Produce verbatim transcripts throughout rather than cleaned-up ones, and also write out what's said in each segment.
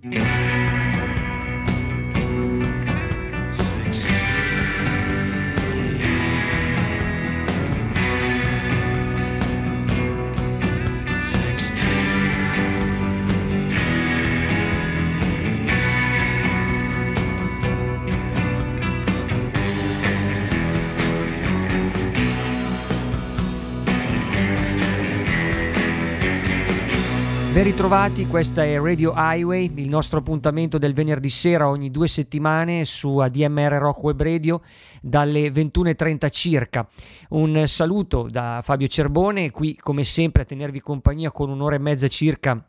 Ben ritrovati, questa è Radio Highway, il nostro appuntamento del venerdì sera ogni due settimane su A D M R Rock Web Radio dalle ventuno e trenta circa. Un saluto da Fabio Cerbone, qui come sempre a tenervi compagnia con un'ora e mezza circa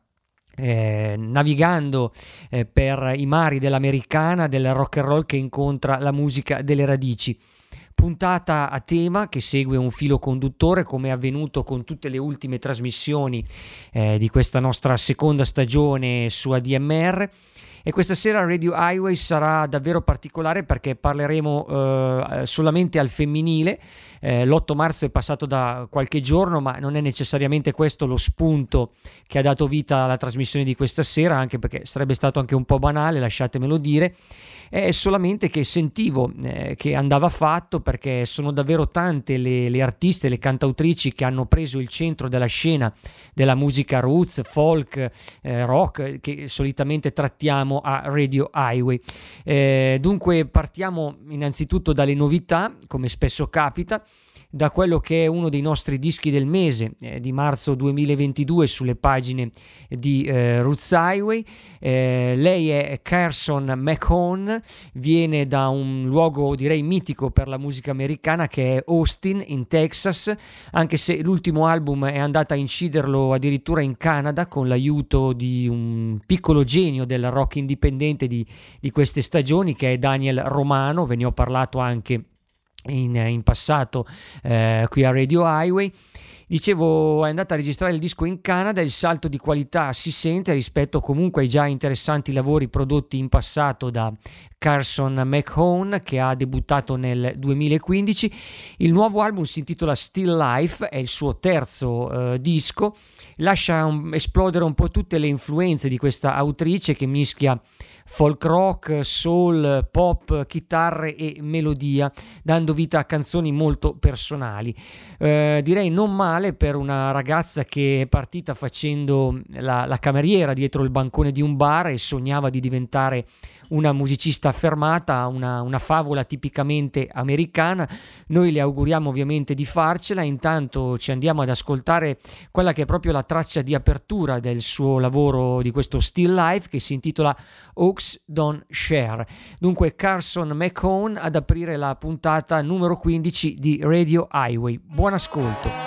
Eh, navigando eh, per i mari dell'americana, del rock and roll che incontra la musica delle radici. Puntata a tema che segue un filo conduttore, come è avvenuto con tutte le ultime trasmissioni eh, di questa nostra seconda stagione su A D M R. E questa sera Radio Highway sarà davvero particolare perché parleremo eh, solamente al femminile. Eh, l'otto marzo è passato da qualche giorno, ma non è necessariamente questo lo spunto che ha dato vita alla trasmissione di questa sera, anche perché sarebbe stato anche un po' banale, lasciatemelo dire. È solamente che sentivo eh, che andava fatto, perché sono davvero tante le, le artiste, le cantautrici che hanno preso il centro della scena della musica roots, folk, eh, rock, che solitamente trattiamo a Radio Highway. Eh, dunque partiamo innanzitutto dalle novità, come spesso capita, da quello che è uno dei nostri dischi del mese eh, di marzo duemilaventidue sulle pagine di eh, Roots Highway. Eh, lei è Carson McHone, viene da un luogo direi mitico per la musica americana che è Austin in Texas, anche se l'ultimo album è andata a inciderlo addirittura in Canada con l'aiuto di un piccolo genio del rock indipendente di, di queste stagioni, che è Daniel Romano. Ve ne ho parlato anche In, in passato eh, qui a Radio Highway. Dicevo, è andata a registrare il disco in Canada, il salto di qualità si sente rispetto comunque ai già interessanti lavori prodotti in passato da Carson McHone, che ha debuttato nel duemilaquindici. Il nuovo album si intitola Still Life, è il suo terzo eh, disco, lascia un, esplodere un po' tutte le influenze di questa autrice che mischia folk rock, soul, pop, chitarre e melodia, dando vita a canzoni molto personali. Eh, direi non male per una ragazza che è partita facendo la, la cameriera dietro il bancone di un bar e sognava di diventare una musicista affermata, una, una favola tipicamente americana. Noi le auguriamo ovviamente di farcela. Intanto ci andiamo ad ascoltare quella che è proprio la traccia di apertura del suo lavoro, di questo Still Life, che si intitola Oaks Don't Share. Dunque Carson McHone ad aprire la puntata numero quindici di Radio Highway. Buon ascolto.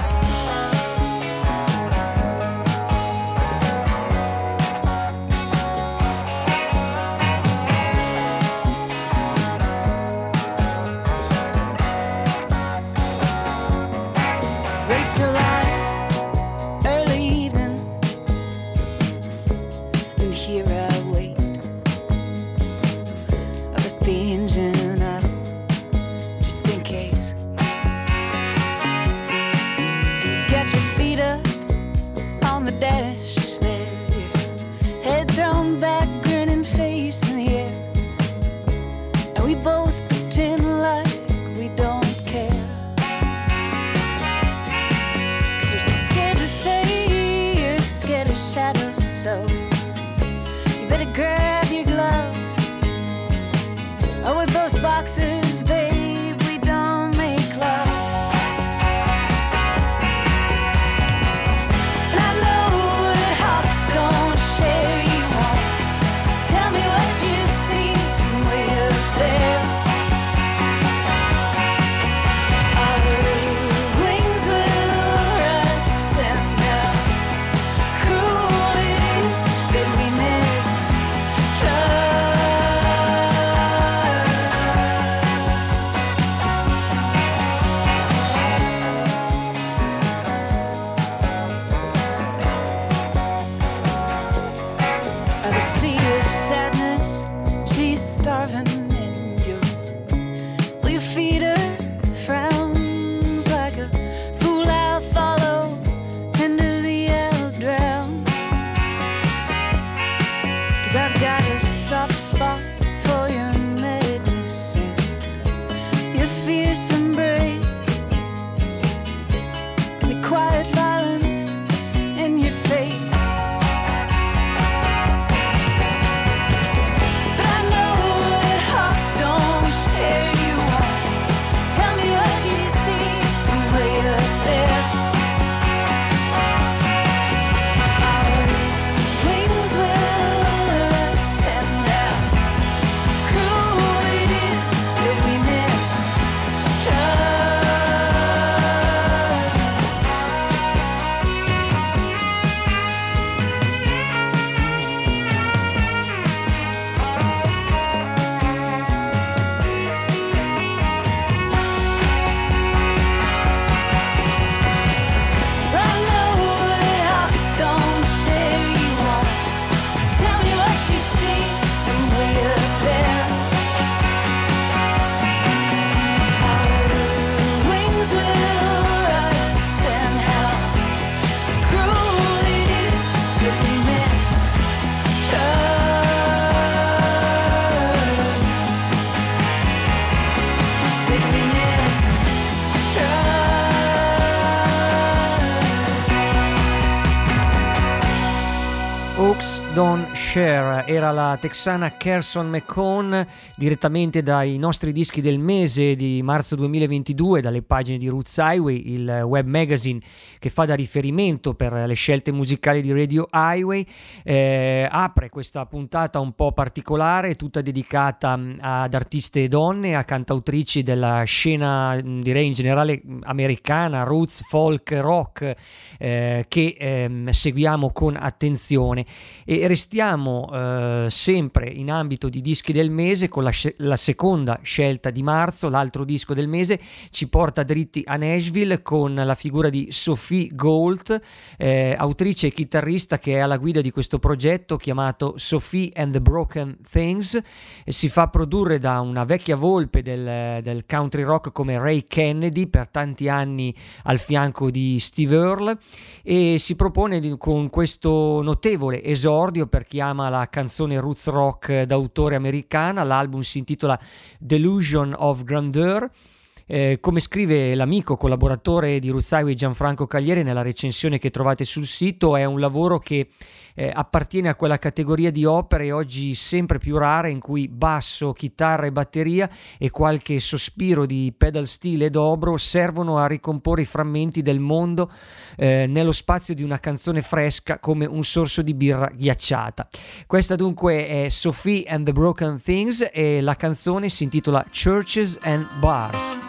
Oaks Don't Share era la texana Kerson McCone, direttamente dai nostri dischi del mese di marzo duemilaventidue, dalle pagine di Roots Highway, il web magazine che fa da riferimento per le scelte musicali di Radio Highway. Eh, apre questa puntata un po' particolare, tutta dedicata ad artiste donne, a cantautrici della scena, direi in generale americana, roots, folk, rock, eh, che eh, seguiamo con attenzione. E restiamo eh, sempre in ambito di dischi del mese con la, la seconda scelta di marzo. L'altro disco del mese ci porta dritti a Nashville con la figura di Sophie Gold, eh, autrice e chitarrista che è alla guida di questo progetto chiamato Sophie and the Broken Things. E si fa produrre da una vecchia volpe del, del country rock come Ray Kennedy, per tanti anni al fianco di Steve Earle, e si propone di, con questo notevole esordio per chi ama la canzone roots rock d'autore americana. L'album si intitola Delusion of Grandeur. Eh, come scrive l'amico collaboratore di Roots Highway Gianfranco Cagliere nella recensione che trovate sul sito, è un lavoro che eh, appartiene a quella categoria di opere oggi sempre più rare in cui basso, chitarra e batteria e qualche sospiro di pedal steel e dobro servono a ricomporre i frammenti del mondo eh, nello spazio di una canzone fresca come un sorso di birra ghiacciata. Questa dunque è Sophie and the Broken Things e la canzone si intitola Churches and Bars.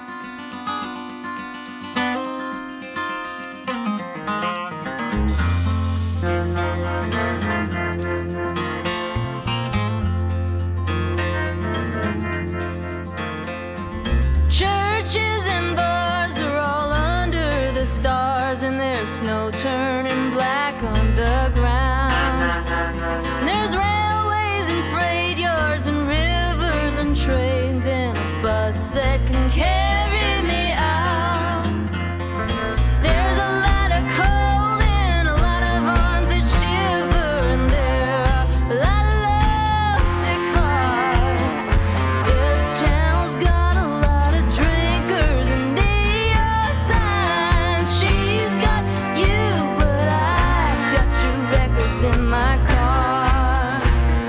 Snow turning black on the ground. There's railways and freight yards and rivers and trains and a bus that can carry me out. There's a lot of cold and a lot of arms that shiver, and there are a lot of lovesick hearts. This town's got a lot of drinkers and neon signs. She's got you, but I got your records in my car.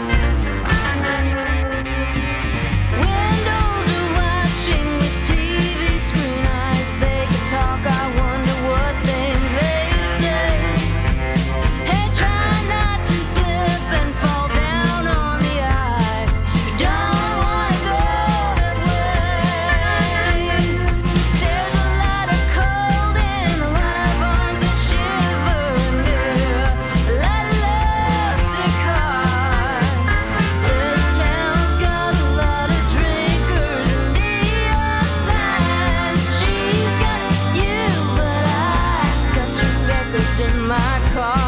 Windows are watching with T V screen eyes. They could talk, I wonder what things they'd say. Hey, try not to slip and fall down on the ice. You don't wanna go that way. There's a lot of cold and a lot of arms that shiver, and there are a lot of lovesick hearts. This town's got a lot of drinkers and neon signs. She's got you, but I got your records in my car.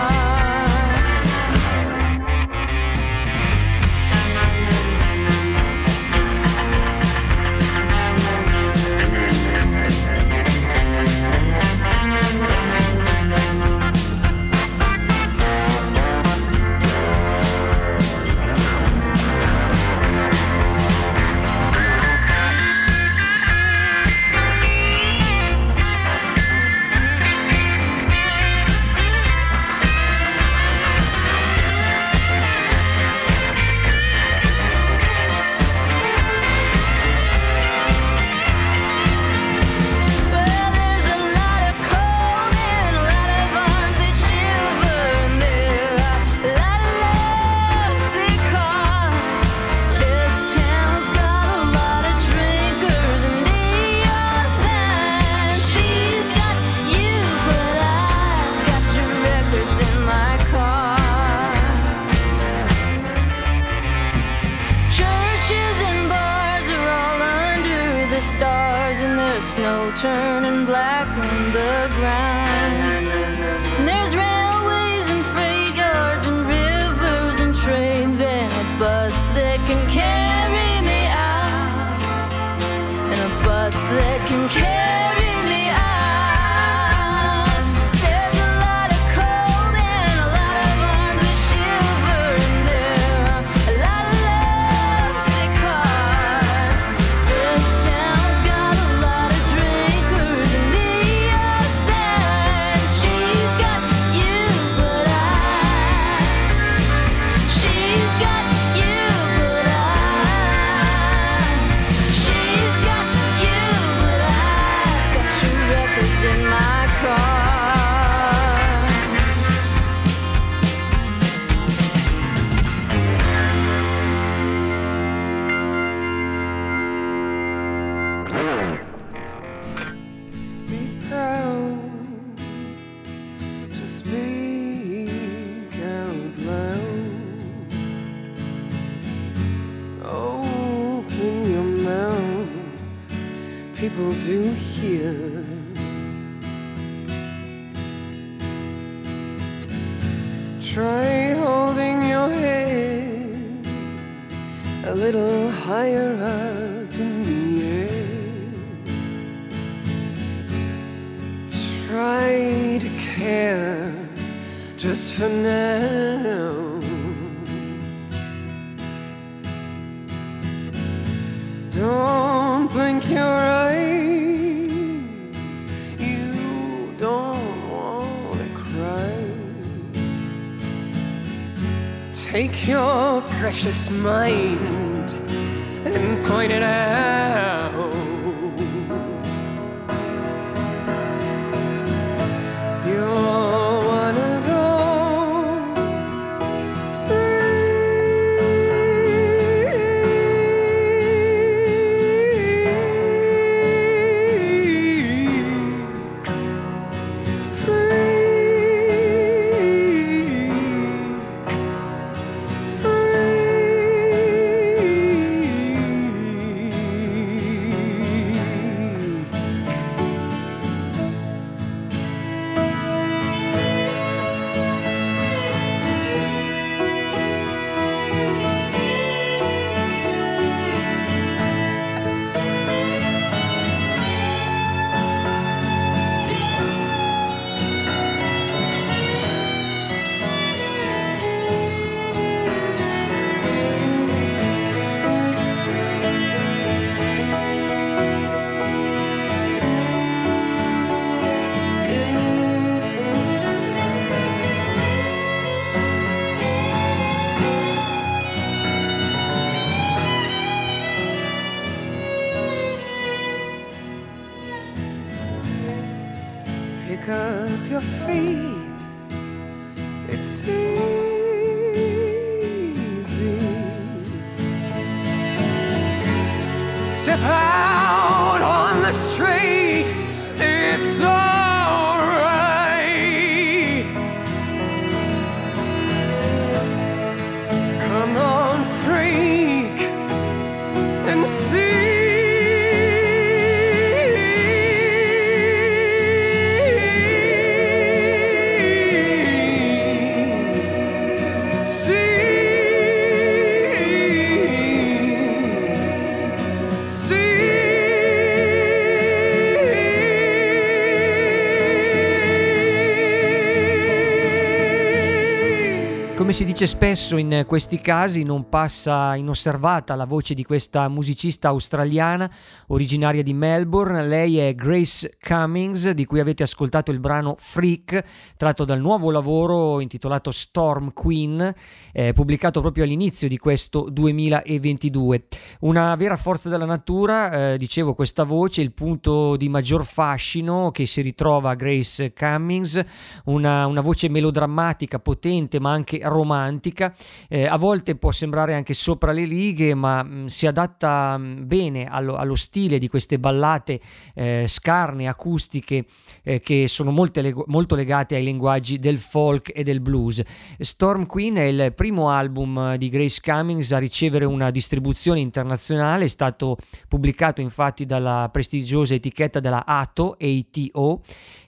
Well, there's a lot of cold and a lot of arms that shiver, and there are a lot of lovesick hearts. This town's got a lot of drinkers and neon signs. She's got you, but I got your records in my car. Churches and bars are all under the stars, and there's snow turning black on the ground. And there's railways and freight yards and rivers and trains and a bus that can carry me out, and a bus that can carry me out. There's a lot of cold and a lot of arms that shiver, and there are a lot of lovesick hearts. This town's got a lot of drinkers and neon signs. people do here. Try holding your head a little higher up in the air. Try to care just for now. Don't blink your eyes, you don't wanna cry. Take your precious mind and point it out. You're one of those freaks, pick up your feet, it's easy. Step out on the street, it's alright. Come on, freak, and see. Come si dice spesso in questi casi, non passa inosservata la voce di questa musicista australiana originaria di Melbourne. Lei è Grace Cummings, di cui avete ascoltato il brano Freak, tratto dal nuovo lavoro intitolato Storm Queen, eh, pubblicato proprio all'inizio di questo duemilaventidue. Una vera forza della natura, eh, dicevo, questa voce, il punto di maggior fascino che si ritrova a Grace Cummings, una, una voce melodrammatica, potente ma anche romantica, eh, a volte può sembrare anche sopra le righe, ma mh, si adatta mh, bene allo, allo stile di queste ballate eh, scarne, acustiche, eh, che sono molte leg- molto legate ai linguaggi del folk e del blues. Storm Queen è il primo album di Grace Cummings a ricevere una distribuzione internazionale, è stato pubblicato infatti dalla prestigiosa etichetta della A T O, A T O,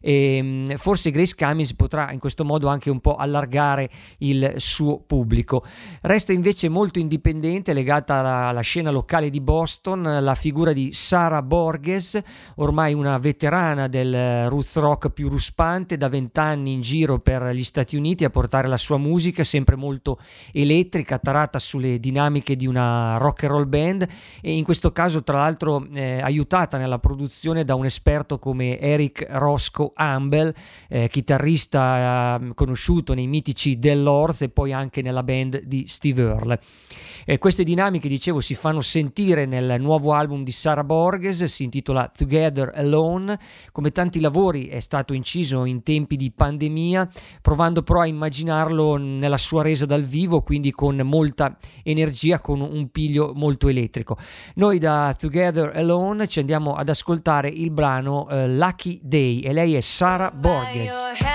e mh, forse Grace Cummings potrà in questo modo anche un po' allargare il suo pubblico. Resta invece molto indipendente, legata alla, alla scena locale di Boston, la figura di Sarah Borges, ormai una veterana del roots rock più ruspante, da vent'anni in giro per gli Stati Uniti a portare la sua musica, sempre molto elettrica, tarata sulle dinamiche di una rock and roll band, e in questo caso tra l'altro eh, aiutata nella produzione da un esperto come Eric Roscoe Amble, eh, chitarrista eh, conosciuto nei mitici The Lords e poi anche nella band di Steve Earle. Eh, queste dinamiche, dicevo, si fanno sentire nel nuovo album di Sarah Borges, si intitola Together Alone. Come tanti lavori è stato inciso in tempi di pandemia, provando però a immaginarlo nella sua resa dal vivo, quindi con molta energia, con un piglio molto elettrico. Noi da Together Alone ci andiamo ad ascoltare il brano eh, Lucky Day, e lei è Sarah Borges.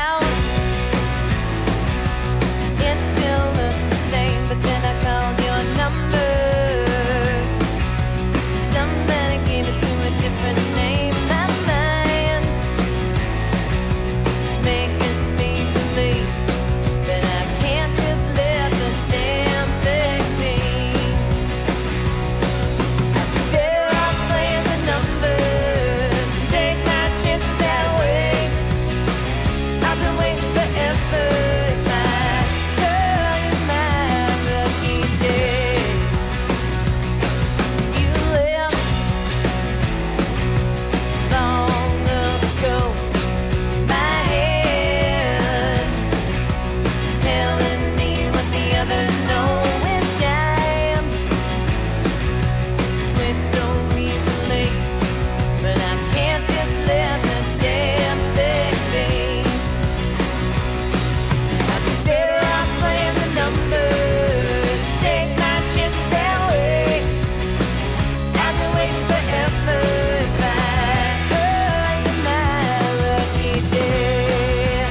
It still looks the same, but then I called your number. Somebody gave it to a different name. never know when shine quit so easily, but I can't just let the damn thing be. I'd be better off playing the numbers, take my chances that way. I've been waiting forever if I heard in my lucky day.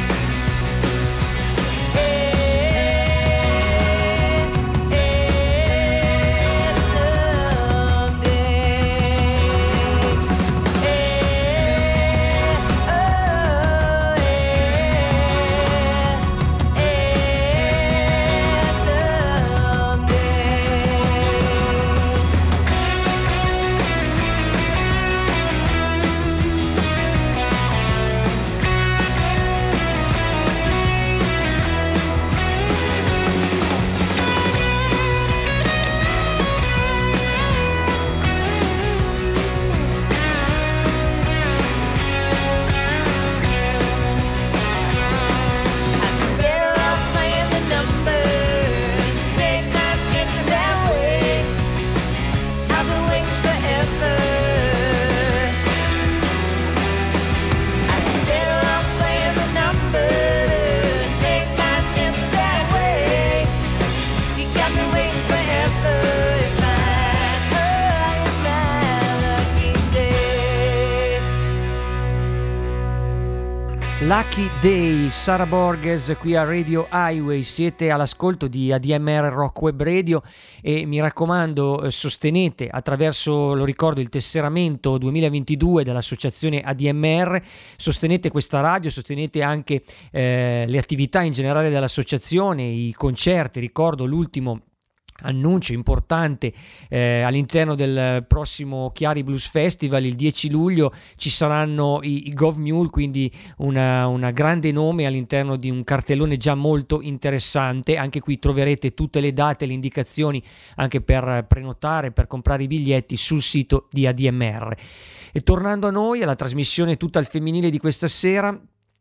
Lucky Day, Sarah Borges qui a Radio Highway. Siete all'ascolto di A D M R Rock Web Radio e mi raccomando sostenete attraverso, lo ricordo, il tesseramento duemilaventidue dell'associazione A D M R, sostenete questa radio, sostenete anche eh, le attività in generale dell'associazione, i concerti. Ricordo l'ultimo annuncio importante eh, all'interno del prossimo Chiari Blues Festival il dieci luglio ci saranno i, i Gov Mule, quindi una, una grande nome all'interno di un cartellone già molto interessante. Anche qui troverete tutte le date e le indicazioni anche per prenotare, per comprare i biglietti sul sito di A D M R. E tornando a noi, alla trasmissione tutta al femminile di questa sera,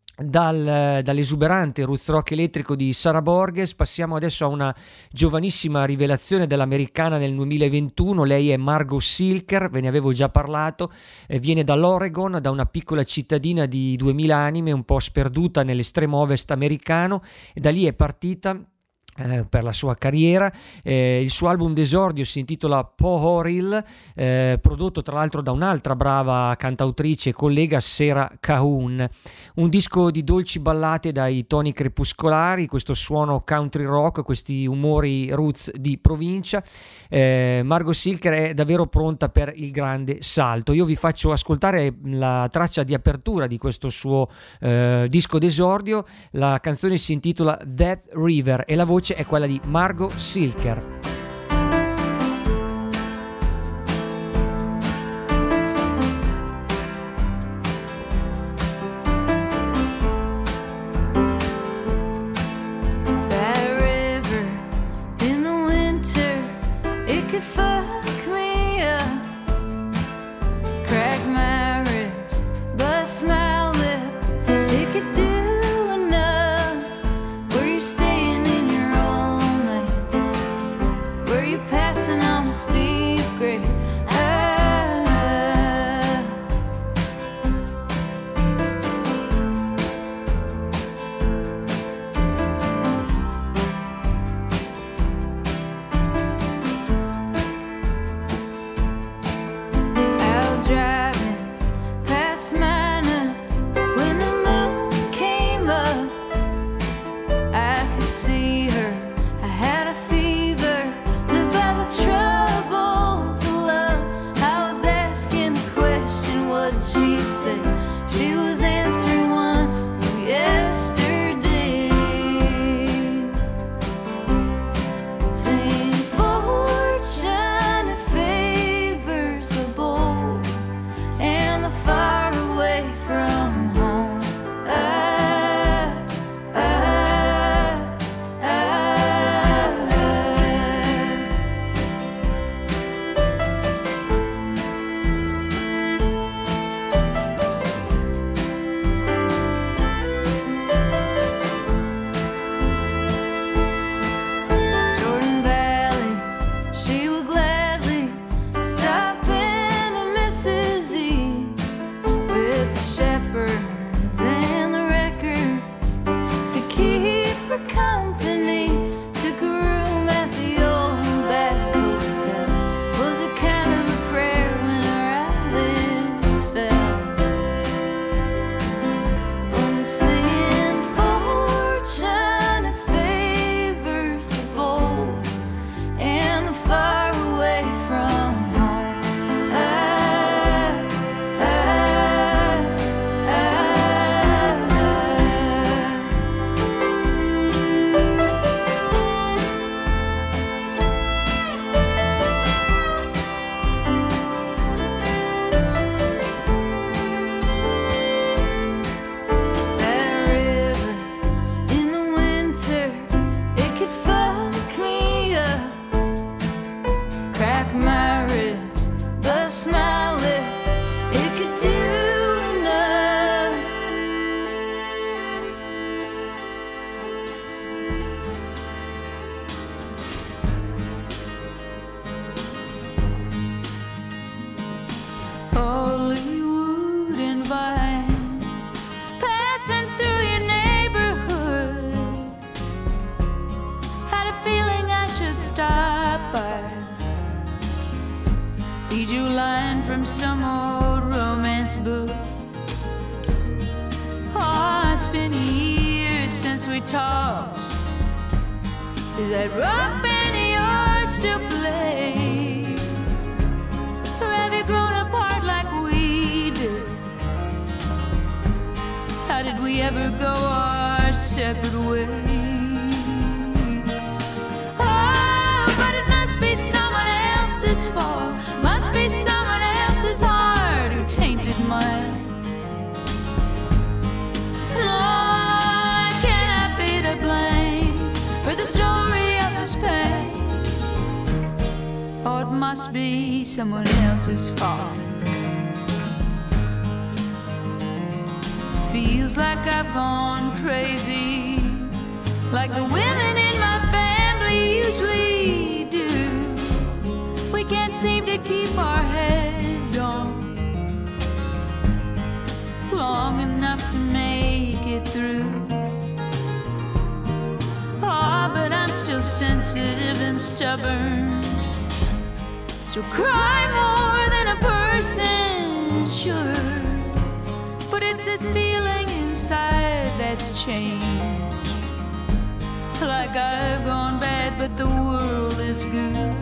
Dal, dall'esuberante roots rock elettrico di Sarah Borges passiamo adesso a una giovanissima rivelazione dell'americana nel duemilaventuno. Lei è Margot Silker, ve ne avevo già parlato, eh, viene dall'Oregon, da una piccola cittadina di duemila anime un po' sperduta nell'estremo ovest americano, e da lì è partita Eh, per la sua carriera. Eh, il suo album d'esordio si intitola Pohoril, eh, prodotto tra l'altro da un'altra brava cantautrice e collega, Sarah Cahoon. Un disco di dolci ballate dai toni crepuscolari, questo suono country rock, questi umori roots di provincia. eh, Margot Silker è davvero pronta per il grande salto. Io vi faccio ascoltare la traccia di apertura di questo suo eh, disco d'esordio. La canzone si intitola Death River e la voce è quella di Margot Silker. Do enough where you're staying in your own lane. crack my ribs, but smell it, it could do enough. Hollywood and Vine, passing through your neighborhood, had a feeling I should stop by, read you a line from some old romance book. Oh, it's been years since we talked. Is that rock band of yours still play? Or have you grown apart like we did? How did we ever go our separate ways? Oh, but it must be someone else's fault. Must be someone else's heart who tainted mine. No, can I be to blame for the story of this pain? Or it must be someone else's fault. Feels like I've gone crazy, like the women in my family usually do. We can't seem to keep our heads on long enough to make it through. Oh, but I'm still sensitive and stubborn, still cry more than a person should. But it's this feeling inside that's changed. Like I've gone bad, but the world is good.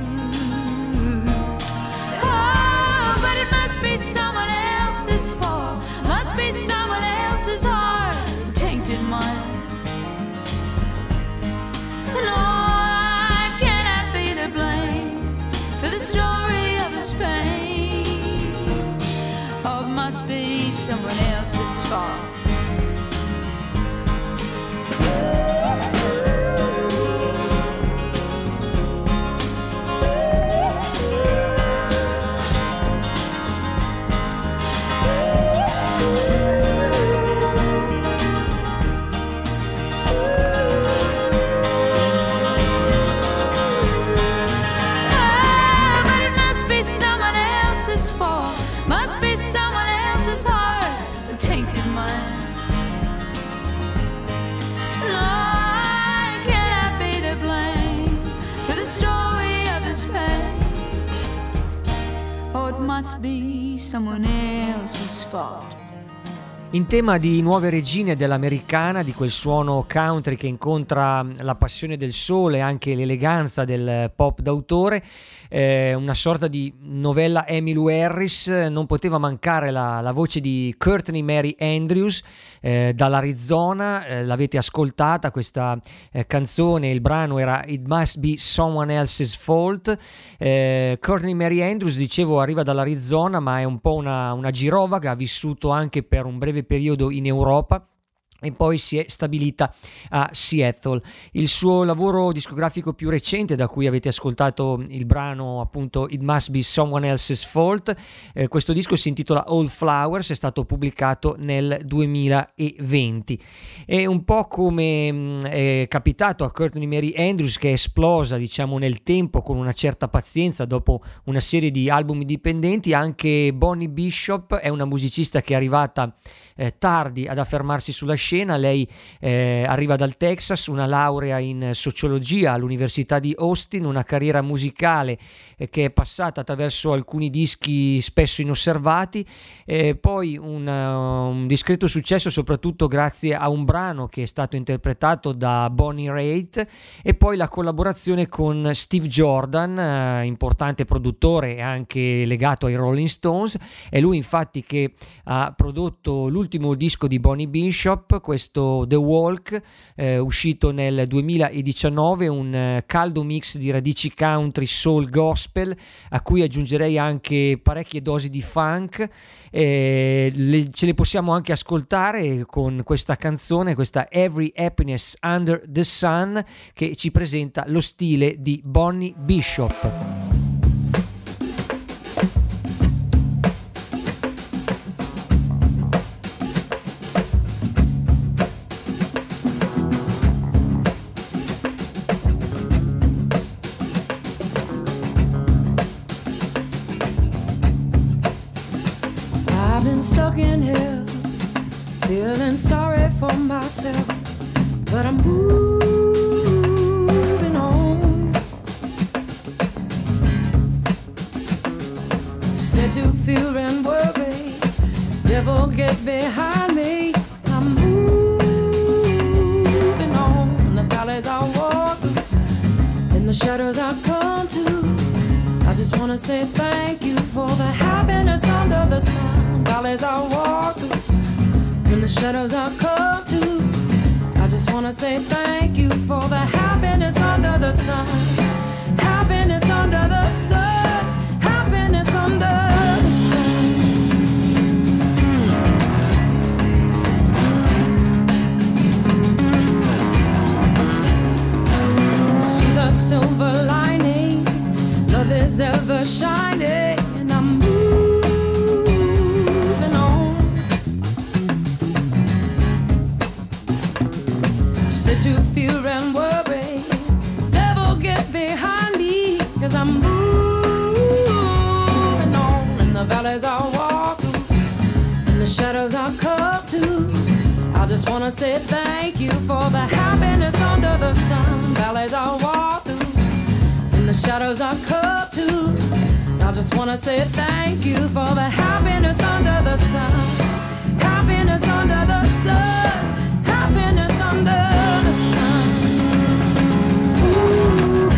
Oh, but it must be someone else's fault. Must be someone else's heart who tainted mine. No, I cannot be to blame for the story of this pain. Oh, it must be someone else's fault. Must be someone else's heart who tainted mine. No, I cannot be to blame for the story of this pain. Oh, it must be someone else's fault. In tema di nuove regine dell'americana, di quel suono country che incontra la passione del sole e anche l'eleganza del pop d'autore, eh, una sorta di novella Emmylou Harris, non poteva mancare la, la voce di Courtney Mary Andrews eh, dall'Arizona. Eh, l'avete ascoltata questa eh, canzone, il brano era It Must Be Someone Else's Fault. eh, Courtney Mary Andrews, dicevo, arriva dall'Arizona, ma è un po' una, una girovaga, ha vissuto anche per un breve periodo in Europa e poi si è stabilita a Seattle. Il suo lavoro discografico più recente, da cui avete ascoltato il brano appunto It Must Be Someone Else's Fault, eh, questo disco si intitola All Flowers, è stato pubblicato nel duemilaventi. È un po' come mh, è capitato a Courtney Mary Andrews, che è esplosa diciamo nel tempo con una certa pazienza dopo una serie di album indipendenti. Anche Bonnie Bishop è una musicista che è arrivata eh, tardi ad affermarsi sulla scena. Lei eh, arriva dal Texas, una laurea in sociologia all'Università di Austin, una carriera musicale eh, che è passata attraverso alcuni dischi spesso inosservati, eh, poi un, uh, un discreto successo soprattutto grazie a un brano che è stato interpretato da Bonnie Raitt, e poi la collaborazione con Steve Jordan, eh, importante produttore e anche legato ai Rolling Stones. È lui infatti che ha prodotto l'ultimo disco di Bonnie Bishop, questo The Walk, eh, uscito nel duemiladiciannove, un eh, caldo mix di radici country, soul, gospel, a cui aggiungerei anche parecchie dosi di funk. Eh, le, ce le possiamo anche ascoltare con questa canzone, questa Every Happiness Under the Sun, che ci presenta lo stile di Bonnie Bishop. stuck in hell, feeling sorry for myself, but I'm moving on. Said to fear and worry, devil get behind me. I'm moving on. The valleys I walk through, in the shadows I come to. I just wanna say thank you for the happiness under the sun. Valleys I walk through, in the shadows I come to. I just wanna say thank you for the happiness under the sun. Happiness under the sun. Happiness under the sun. See the silver lining, love is ever shining, and I'm moving on. Sit to fear and worry, devil get behind me, cause I'm moving on. In the valleys I walk through, in the shadows I come to. I just wanna say thank you for the happiness under the sun. Valleys I walk through, the shadows I come to. I just wanna say thank you for the happiness under the sun. Happiness under the sun. Happiness under the sun. Ooh.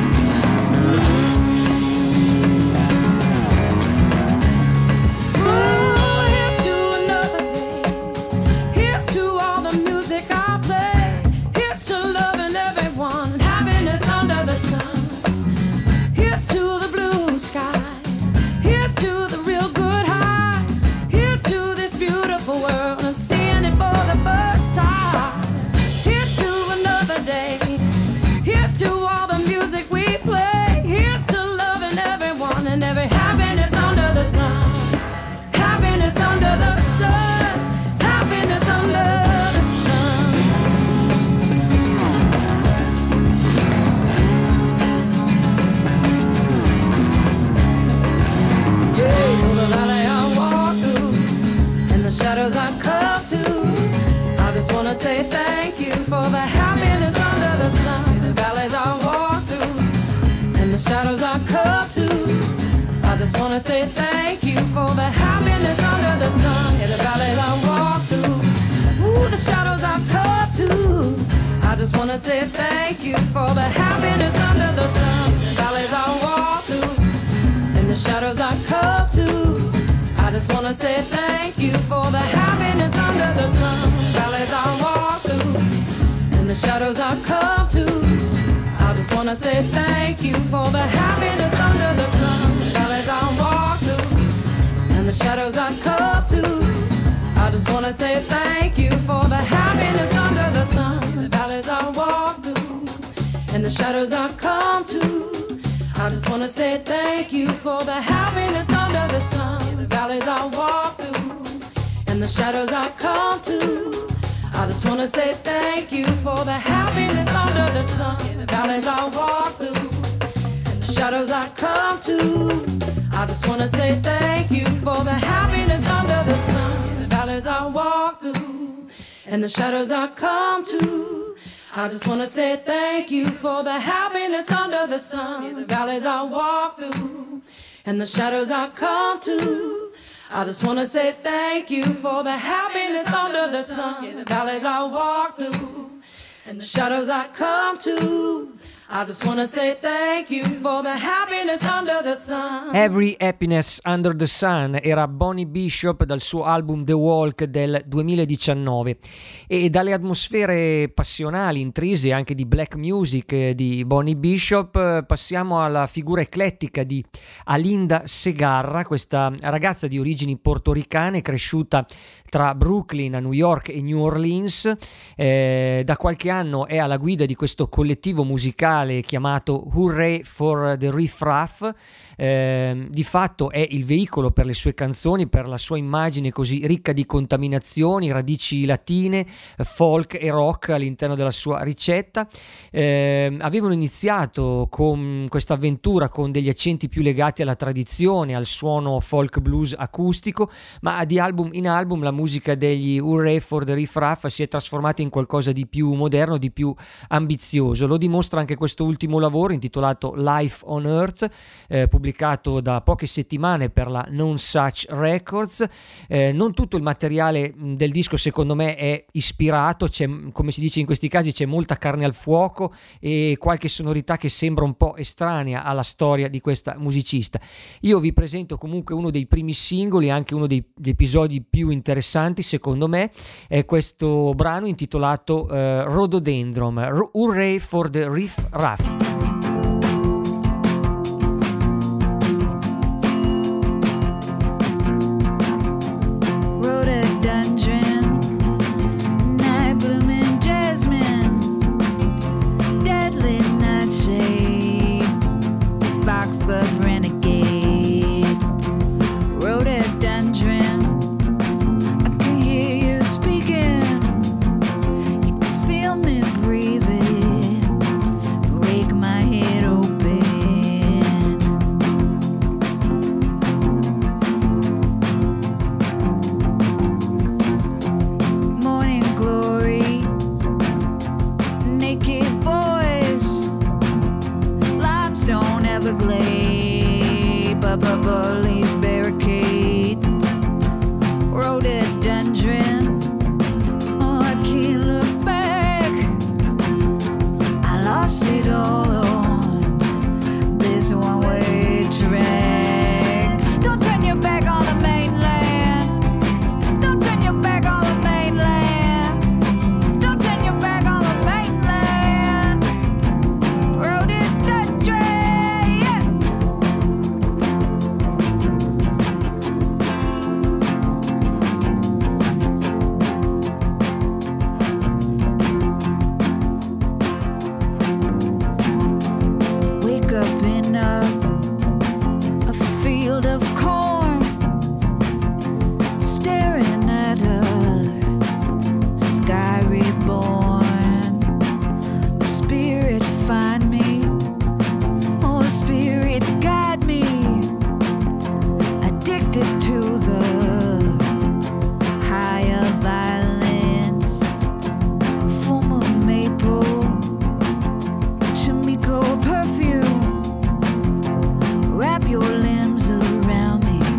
Oh, here's to another day. Here's to all the music I play. Here's to loving everyone. Happiness under the sun. Here's to the blue skies. Here's to the real good highs. Here's to this beautiful world and seeing it for the first time. Here's to another day. Here's to all the music we play. Here's to loving everyone and every happiness under the sun. Happiness under the sun. Happiness under the sun. Yeah, the valley I walk through, and the shadows I come to. I just wanna say thank you for the happiness under the sun. The valleys I walk through, and the shadows I come to. I just wanna say thank you for the happiness under the sun. Yeah, the valleys I walk through, ooh, the shadows I come to. I just wanna say thank you for the happiness under the sun. The valleys I walk through, the shadows I come to. I just wanna say thank you for the happiness under the sun. Valleys I walk through, and the shadows I come to. I just wanna say thank you for the happiness under the sun. Valleys I walk through, and the shadows I come to. I just wanna say thank you for the happiness under the sun. The valleys I walk through, and the shadows I come to. I just wanna say thank you for the happiness under the sun. The valleys I walk through, and the shadows I come to. I just wanna say thank you for the happiness under the sun. The valleys I walk through, and the shadows I come to. I just wanna say thank you for the happiness under the sun. The valleys I walk through, and the shadows I come to. I just wanna say thank you for the happiness under the sun. The valleys I walk through, and the shadows I come to. I just wanna say thank you for the happiness under the sun. The valleys I walk through, and the shadows I come to. I just wanna say thank you for the happiness under the sun. Every Happiness Under the Sun era Bonnie Bishop dal suo album The Walk del duemiladiciannove, e dalle atmosfere passionali intrise anche di black music di Bonnie Bishop passiamo alla figura eclettica di Alinda Segarra, questa ragazza di origini portoricane cresciuta tra Brooklyn, a New York e New Orleans. Eh, da qualche anno è alla guida di questo collettivo musicale materiale chiamato Hooray for the Riff Raff. Eh, di fatto è il veicolo per le sue canzoni, per la sua immagine così ricca di contaminazioni, radici latine, folk e rock all'interno della sua ricetta. Eh, avevano iniziato con questa avventura con degli accenti più legati alla tradizione, al suono folk blues acustico, ma di album in album la musica degli Hooray for the Riff Raff si è trasformata in qualcosa di più moderno, di più ambizioso. Lo dimostra anche questo ultimo lavoro intitolato Life on Earth, eh, pubblicato da poche settimane per la Non Such Records. Eh, non tutto il materiale del disco secondo me è ispirato, c'è, come si dice in questi casi, c'è molta carne al fuoco e qualche sonorità che sembra un po' estranea alla storia di questa musicista. Io vi presento comunque uno dei primi singoli, anche uno dei, degli episodi più interessanti secondo me, è questo brano intitolato uh, Rhododendron, Hooray for the Riff Raff. Your limbs around me.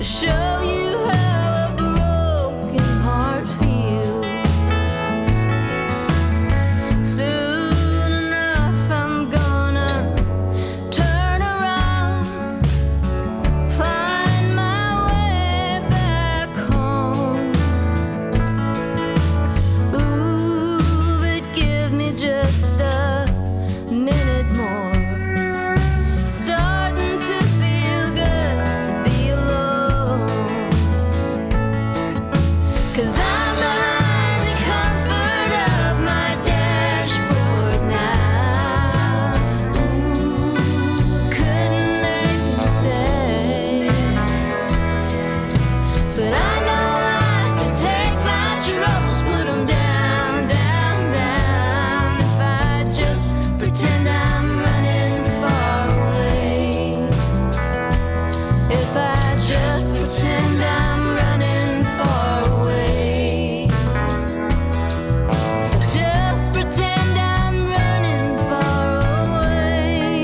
show you how a broken heart feels. Soon enough I'm gonna turn around, find my way back home. Ooh, but give me just a minute more. Starting to feel good to be alone. 'Cause I'm behind the comfort of my dashboard now. Ooh, couldn't make me stay. But I know I can take my troubles, put them down, down, down. If I just pretend I'm running far away. If I just pretend I'm running far away. Just pretend I'm running far away.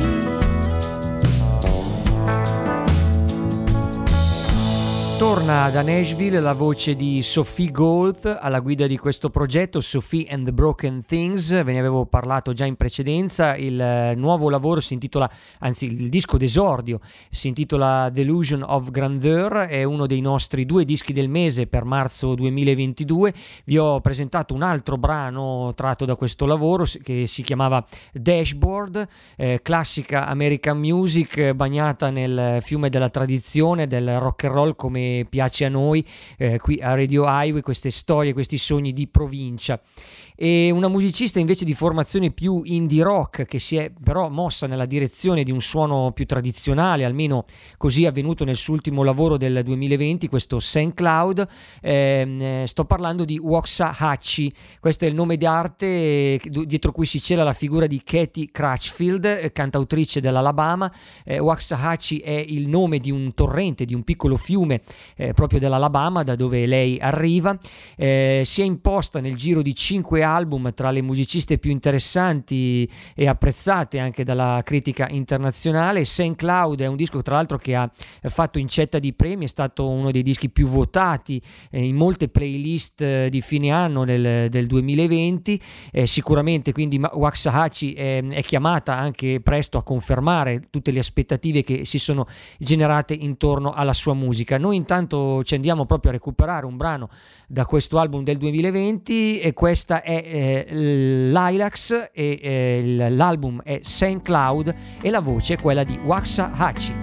Torna da Nashville la voce di Sophie Gold alla guida di questo progetto, Sophie and the Broken Things. Ve ne avevo parlato già in precedenza. Il eh, nuovo lavoro si intitola, anzi il disco d'esordio si intitola Delusion of Grandeur, è uno dei nostri due dischi del mese per marzo duemilaventidue. Vi ho presentato un altro brano tratto da questo lavoro che si chiamava Dashboard, eh, classica American music eh, bagnata nel fiume della tradizione, del rock and roll come piace a noi eh, qui a Radio Highway, queste storie, questi sogni di provincia. E una musicista invece di formazione più indie rock, che si è però mossa nella direzione di un suono più tradizionale, almeno così è avvenuto nel suo ultimo lavoro del duemilaventi, questo Saint Cloud. Eh, sto parlando di Waxahachie. Questo è il nome d'arte dietro cui si cela la figura di Katie Crutchfield, cantautrice dell'Alabama. eh, Waxahachie è il nome di un torrente, di un piccolo fiume eh, proprio dell'Alabama, da dove lei arriva. Eh, si è imposta nel giro di cinque album tra le musiciste più interessanti e apprezzate anche dalla critica internazionale. Saint Cloud è un disco tra l'altro che ha fatto incetta di premi, è stato uno dei dischi più votati eh, in molte playlist eh, di fine anno del, del duemilaventi. Eh, sicuramente quindi Waxahachie è, è chiamata anche presto a confermare tutte le aspettative che si sono generate intorno alla sua musica. Noi intanto ci andiamo proprio a recuperare un brano da questo album del duemilaventi e questa è eh, Lilacs e eh, l'album è Saint Cloud e la voce è quella di Waxahachie.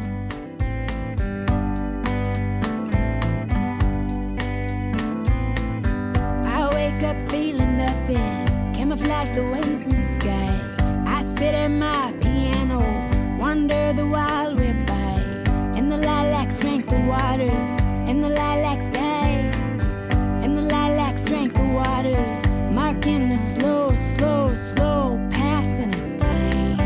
I wake up feeling nothing, camouflage the wavering sky. I sit at my piano, wonder the wild rip by. And the lilacs drank the water, and the lilacs died. And the lilacs drank the water, marking the slow, slow, slow passing of time.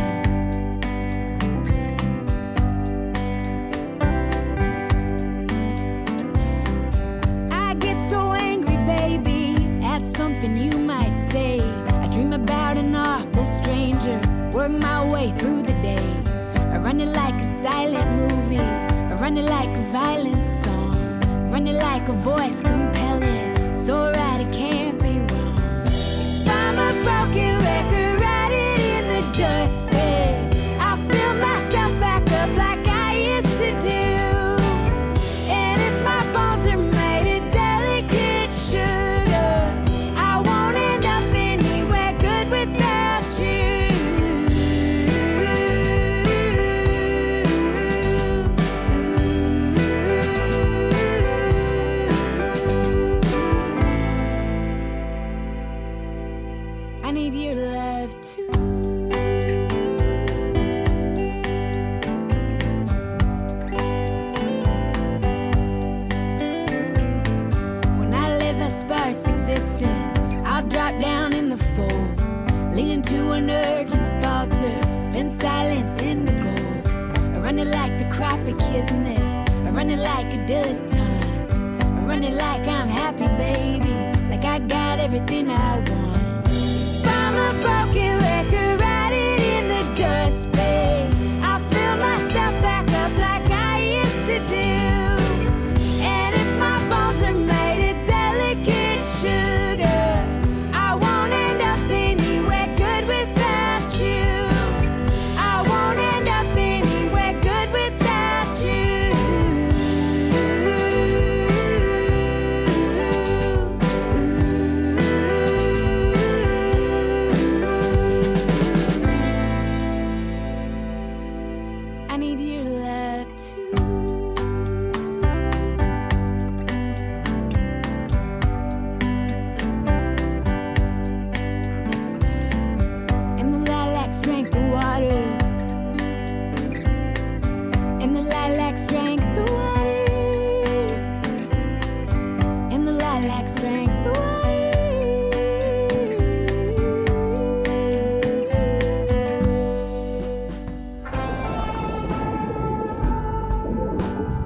I get so angry, baby, at something you might say. I dream about an awful stranger, work my way through the day. I run it like a silent movie, I run it like a violent song, run it like a voice compelling, so right it can't be wrong. If I'm a broken record, write it in the dustbin. I fill myself back up like I used to do. And if my bones are made of delicate sugar, I won't end up anywhere good without you. I need your love too. When I live a sparse existence, I'll drop down in the fold, lean into an urgent falter, spin silence into gold. I run it like the Crappie Kismet, I run it like a dilettante, I run it like I'm happy, baby, like I got everything I want. I'm a broken record, write it in the dustbin. I fill myself back up like I used to do.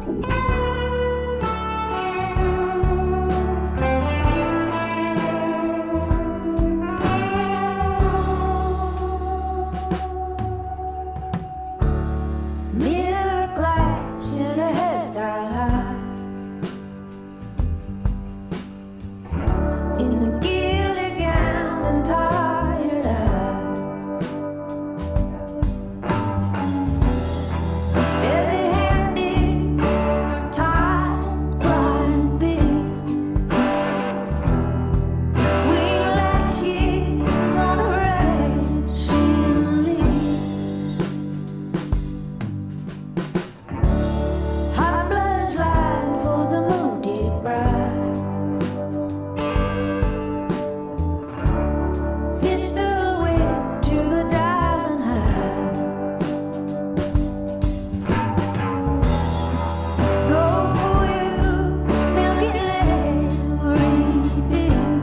Mirror glass in a hairstyle high, in the gilded gown and tired eyes, heavy-handed, tight line beat, wing lashes on a racing leash. Hot blood's line for the moody bride, pistol whip to the diamond high. Go for you, milk it every beat,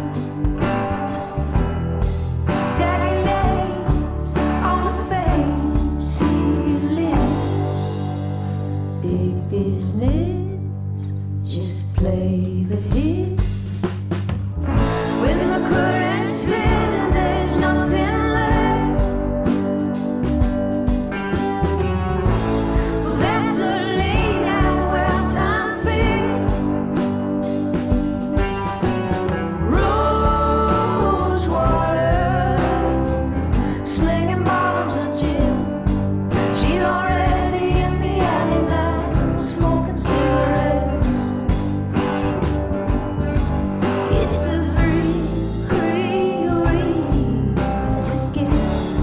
tagging names on the face he lives. Big business, just play the hits. When the current's spinning, there's nothing left. Vaseline out where time fits. Rose water, slinging bottles of gin. She's already in the alley now, smoking cigarettes. It's as real, real, real as it gets.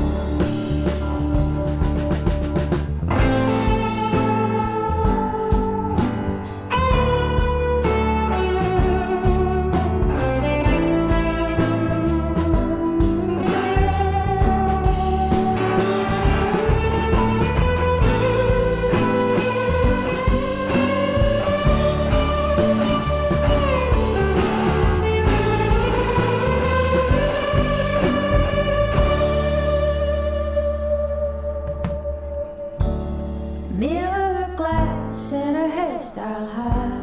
Mirror glass and a hairstyle high,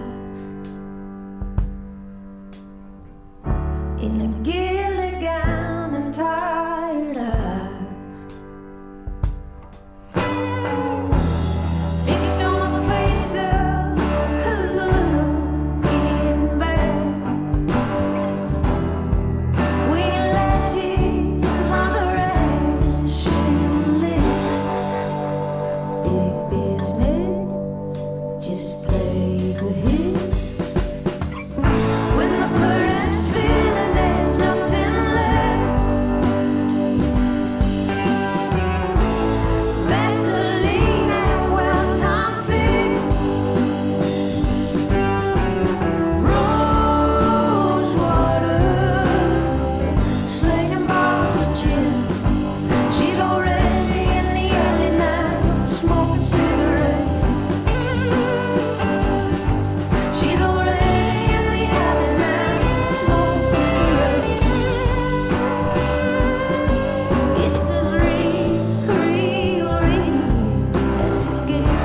in a gilded gown and tired eyes, fixed on the face of who's looking back. Wing lashes on the rashing lips. Big business, just play the hits. When the current's spinning, there's nothing left. Vaseline out where time fits. Rose water, slinging bottles of gin. She's already in the alley now, smoking cigarettes. She's already in the alley now, smoking cigarettes. It's as real, real, real as it gets.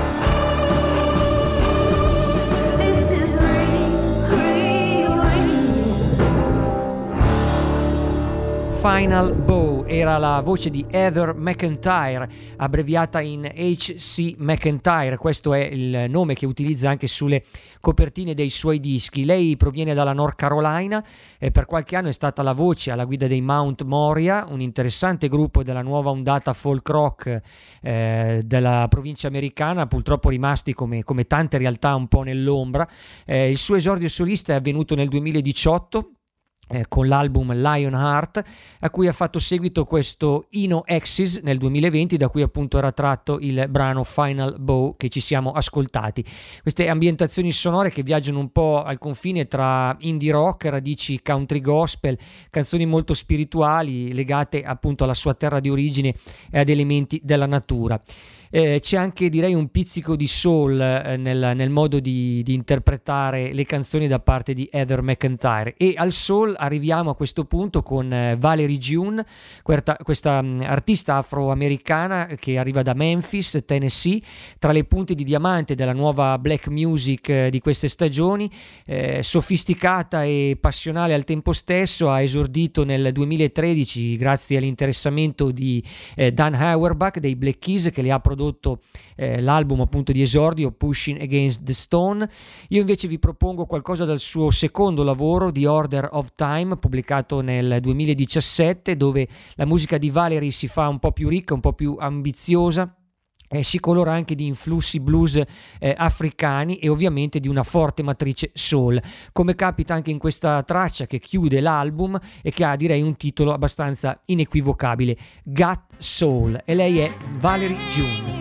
This is real, real, real. Final Bow era la voce di Heather McEntire, abbreviata in H C McEntire. Questo è il nome che utilizza anche sulle copertine dei suoi dischi. Lei proviene dalla North Carolina e per qualche anno è stata la voce alla guida dei Mount Moria, un interessante gruppo della nuova ondata folk rock eh, della provincia americana, purtroppo rimasti come, come tante realtà un po' nell'ombra. Eh, il suo esordio solista è avvenuto nel duemiladiciotto eh, con l'album Lionheart, a cui ha fatto seguito questo Ino Axis nel duemilaventi, da cui appunto era tratto il brano Final Bow che ci siamo ascoltati. Queste ambientazioni sonore che viaggiano un po' al confine tra indie rock, radici country gospel, canzoni molto spirituali legate appunto alla sua terra di origine e ad elementi della natura. Eh, c'è anche, direi, un pizzico di soul eh, nel, nel modo di, di interpretare le canzoni da parte di Heather McEntire, e al soul arriviamo a questo punto con eh, Valerie June, questa, questa mh, artista afroamericana che arriva da Memphis, Tennessee, tra le punte di diamante della nuova black music eh, di queste stagioni, eh, sofisticata e passionale al tempo stesso. Ha esordito nel duemilatredici grazie all'interessamento di eh, Dan Auerbach dei Black Keys, che le ha prodotto eh, l'album appunto di esordio, Pushing Against the Stone. Io invece vi propongo qualcosa dal suo secondo lavoro, The Order of Time, pubblicato nel duemiladiciassette, dove la musica di Valerie si fa un po' più ricca, un po' più ambiziosa. Eh, si colora anche di influssi blues eh, africani e ovviamente di una forte matrice soul, come capita anche in questa traccia che chiude l'album e che ha, direi, un titolo abbastanza inequivocabile, Got Soul, e lei è Valerie June.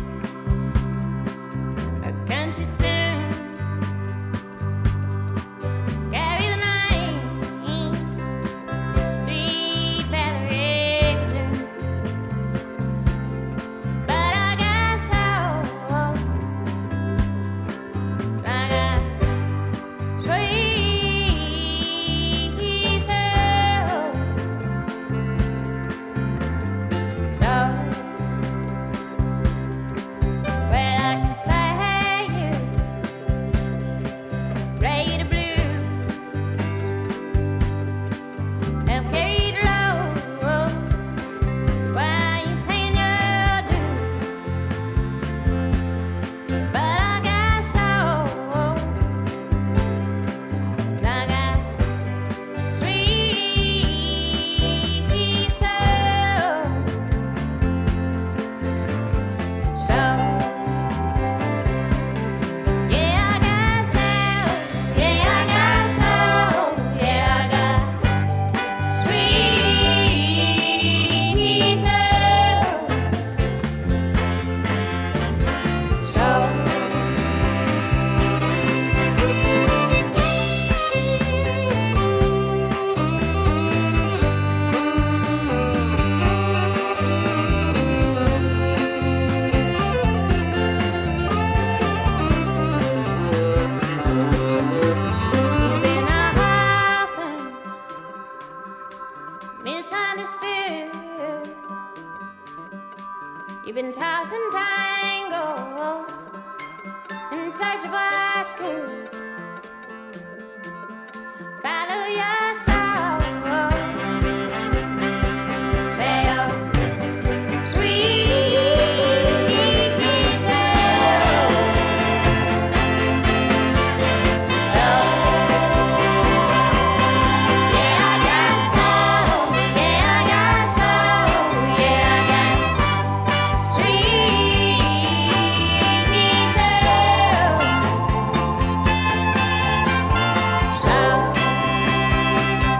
You've been tossed and tangled in search of what's good. Follow your soul. Say oh, sweet soul. Soul. Yeah, I got soul. Yeah, I got soul. Yeah, I got sweet soul. Soul.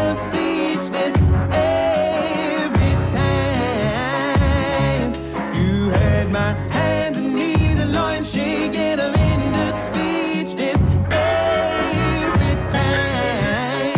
stood speechless every time. You had my hands and knees and loins shaking. I'm ended speechless every time.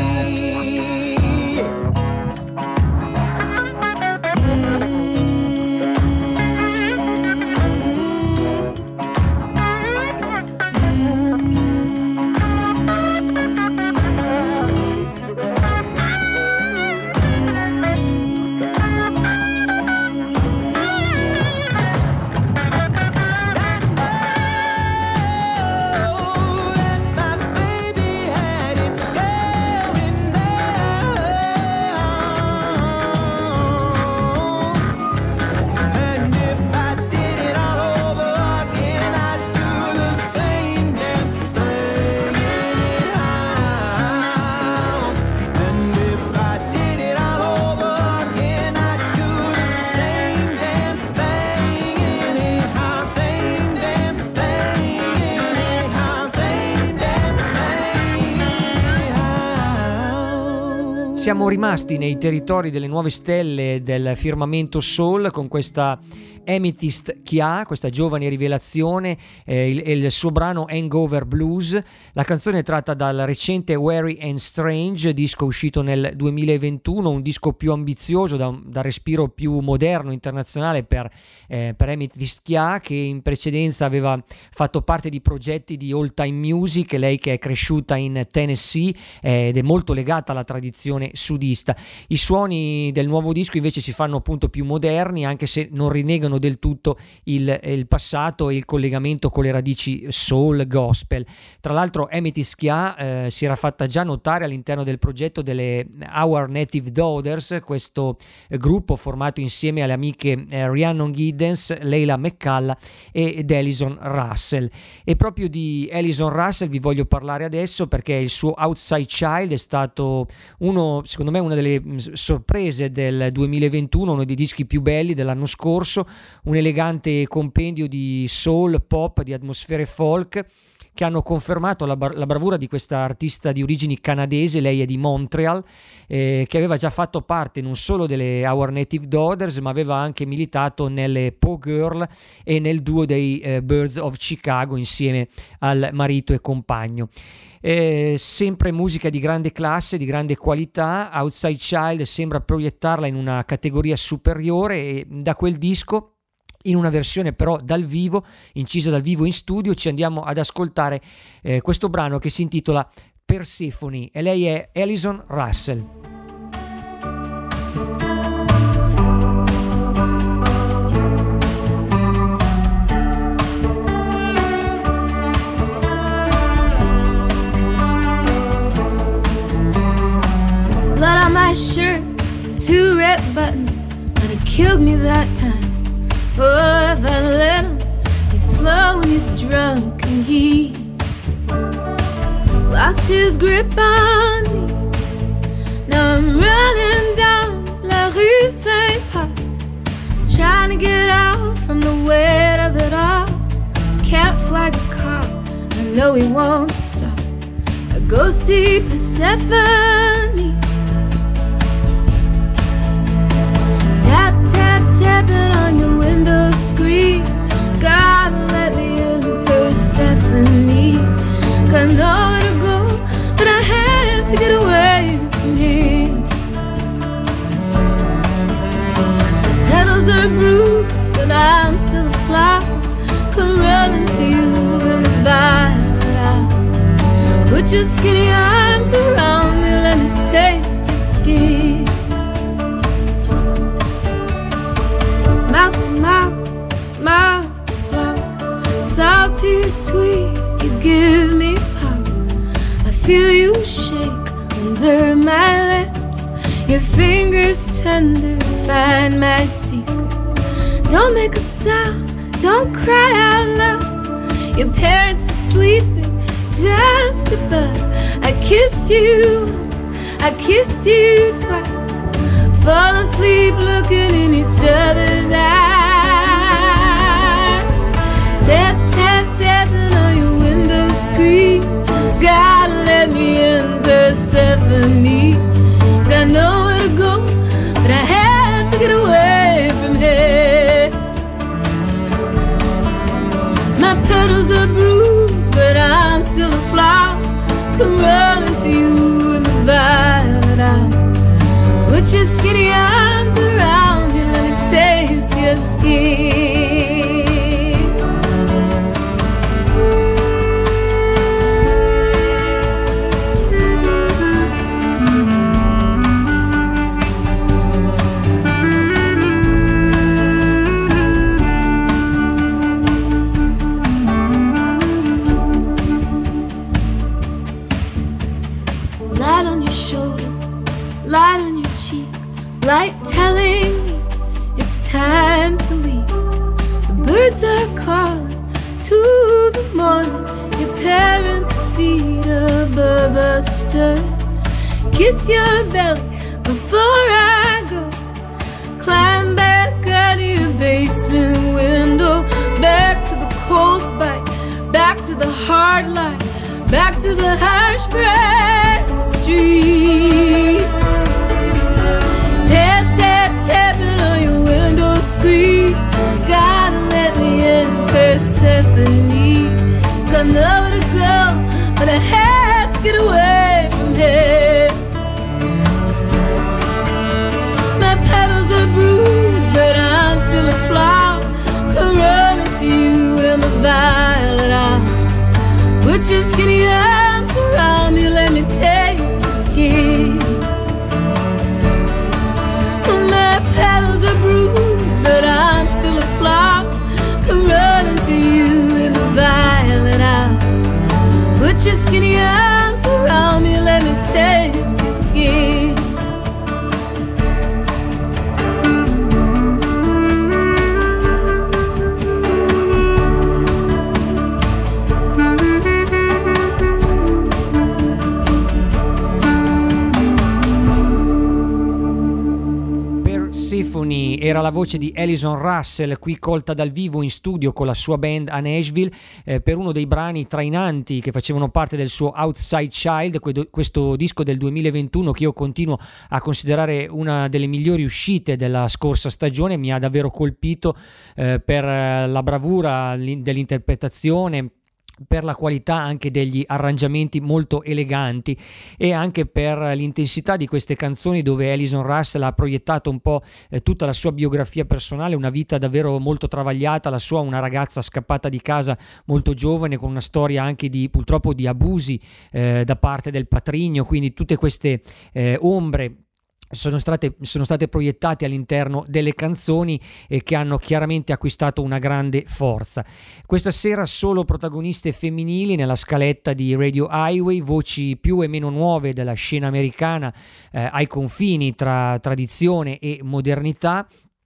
Siamo rimasti nei territori delle nuove stelle del firmamento soul con questa Amethyst Kia, questa giovane rivelazione, eh, il, il suo brano Hangover Blues. La canzone è tratta dal recente Weary and Strange, disco uscito nel duemilaventuno, un disco più ambizioso, da, da respiro più moderno, internazionale per, eh, per Amethyst Kia, che in precedenza aveva fatto parte di progetti di old time music, lei che è cresciuta in Tennessee eh, ed è molto legata alla tradizione sudista. I suoni del nuovo disco invece si fanno appunto più moderni, anche se non rinnegano del tutto il, il passato e il collegamento con le radici soul gospel. Tra l'altro Amethyst Kia eh, si era fatta già notare all'interno del progetto delle Our Native Daughters, questo eh, gruppo formato insieme alle amiche eh, Rhiannon Giddens, Leila McCalla ed Alison Russell. E proprio di Alison Russell vi voglio parlare adesso, perché il suo Outside Child è stato uno, secondo me, una delle sorprese del duemilaventuno, uno dei dischi più belli dell'anno scorso, un elegante compendio di soul, pop, di atmosfere folk che hanno confermato la, bar- la bravura di questa artista di origini canadese. Lei è di Montreal, eh, che aveva già fatto parte non solo delle Our Native Daughters, ma aveva anche militato nelle Poe Girl e nel duo dei eh, Birds of Chicago insieme al marito e compagno. Eh, sempre musica di grande classe, di grande qualità. Outside Child sembra proiettarla in una categoria superiore, e da quel disco, in una versione però dal vivo, incisa dal vivo in studio, ci andiamo ad ascoltare eh, questo brano che si intitola Persephone, e lei è Alison Russell. Blood on my shirt, two red buttons, but it killed me that time. Oh, if I let him, he's slow when he's drunk, and he lost his grip on me. Now I'm running down La Rue Saint-Paul, trying to get out from the weight of it all. Can't flag a car, I know he won't stop. I go see Persephone. Tap, tap, tapping on your window screen. God, let me in, Persephone. Got nowhere to go, but I had to get away from here. The petals are bruised, but I'm still a flower. Come running to you in the violet hour. Put your skinny arms around me, let me taste your skin. Mouth to mouth, mouth to flower. Salty, sweet, you give me power. I feel you shake under my lips. Your fingers tender, find my secrets. Don't make a sound, don't cry out loud. Your parents are sleeping, just above. I kiss you once, I kiss you twice. Fall asleep looking in each other's eyes. Tap, tap, tapping on your window screen. God, let me in, Persephone. come running to you in the violet hour. Put your skinny arms around me, let me taste your skin. Light on your shoulder, light on your cheek, light telling me it's time to leave. The birds are calling to the morning, your parents' feet above us stir. Kiss your belly before I go. Climb back out of your basement window, back to the cold spike, back to the hard light, back to the harsh bread street. Tap, tap, tapping on your window screen. Gotta let me in, Persephone. Got nowhere to go, but I had to get away from here. My petals are bruised, but I'm still a flower. Come running to you in the violet hour. Put your skinny arms around me, let me taste your skin. My petals are bruised, but I'm still a flower. Come running to you in the violet hour. Put your skinny arms around me, let me taste your skin. Persephone era la voce di Alison Russell, qui colta dal vivo in studio con la sua band a Nashville eh, per uno dei brani trainanti che facevano parte del suo Outside Child, questo disco del duemilaventuno che io continuo a considerare una delle migliori uscite della scorsa stagione. Mi ha davvero colpito eh, per la bravura dell'interpretazione, per la qualità anche degli arrangiamenti molto eleganti e anche per l'intensità di queste canzoni, dove Alison Russell ha proiettato un po' eh, tutta la sua biografia personale, una vita davvero molto travagliata, la sua, una ragazza scappata di casa molto giovane con una storia anche di purtroppo di abusi eh, da parte del patrigno, quindi tutte queste eh, ombre Sono state, sono state proiettate all'interno delle canzoni e che hanno chiaramente acquistato una grande forza. Questa sera solo protagoniste femminili nella scaletta di Radio Highway, voci più e meno nuove della scena americana eh, ai confini tra tradizione e modernità.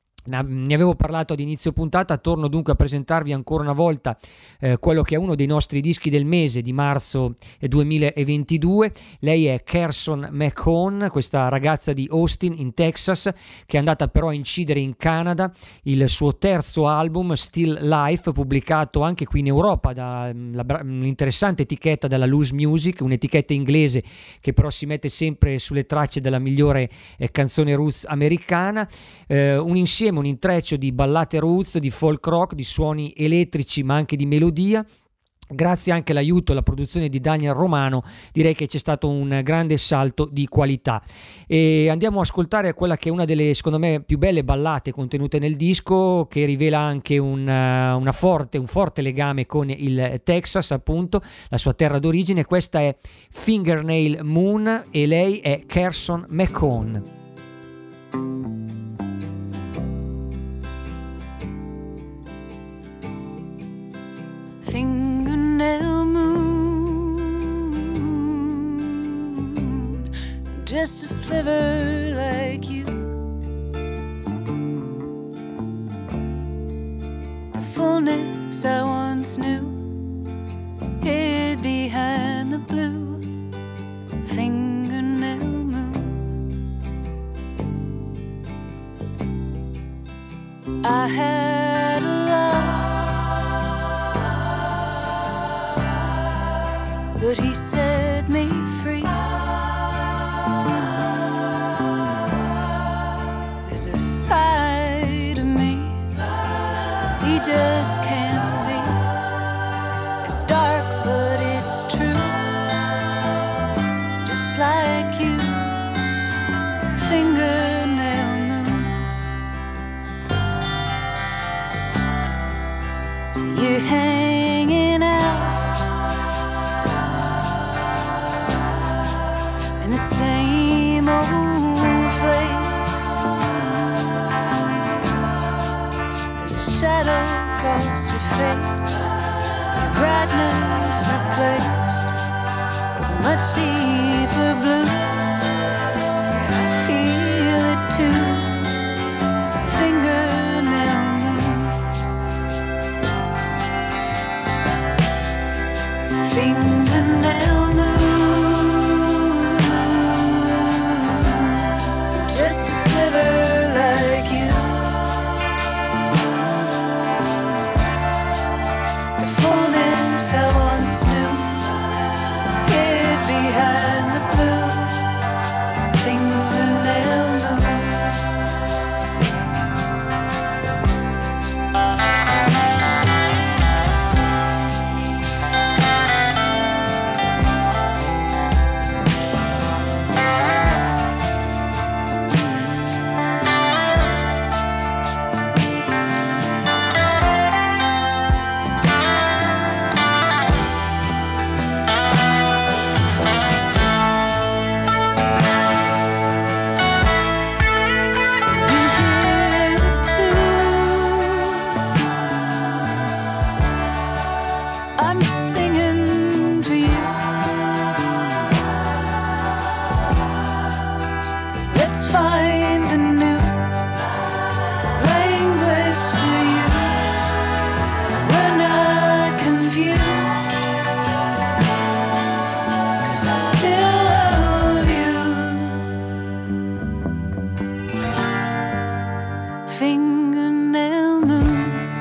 Ne avevo parlato ad inizio puntata, torno dunque a presentarvi ancora una volta eh, quello che è uno dei nostri dischi del mese di marzo duemilaventidue. Lei è Kherson McCone, questa ragazza di Austin in Texas che è andata però a incidere in Canada. Il suo terzo album, Still Life, pubblicato anche qui in Europa dall'interessante etichetta della Loose Music, un'etichetta inglese che però si mette sempre sulle tracce della migliore eh, canzone roots americana, eh, un insieme un intreccio di ballate roots, di folk rock, di suoni elettrici ma anche di melodia. Grazie anche all'aiuto e alla produzione di Daniel Romano, direi che c'è stato un grande salto di qualità. E andiamo a ascoltare quella che è una delle, secondo me, più belle ballate contenute nel disco, che rivela anche un, una forte, un forte legame con il Texas, appunto, la sua terra d'origine. Questa è Fingernail Moon e lei è Kherson McCone. Fingernail moon, just a sliver like you. The fullness I once knew, hid behind the blue. Fingernail moon, I had a love, but he set me free. There's a side of me he just can't see. It's dark, but it's true. shadow across your face, your brightness replaced with a much deeper blue. I feel it too. Fingernail moon, fingernail moon, just a sliver like you. The fullness I once knew, hid behind the blue. Fingernail moon. I'm singing to you. Let's find a new language to use, so we're not confused. 'Cause I still love you. Fingernail moon.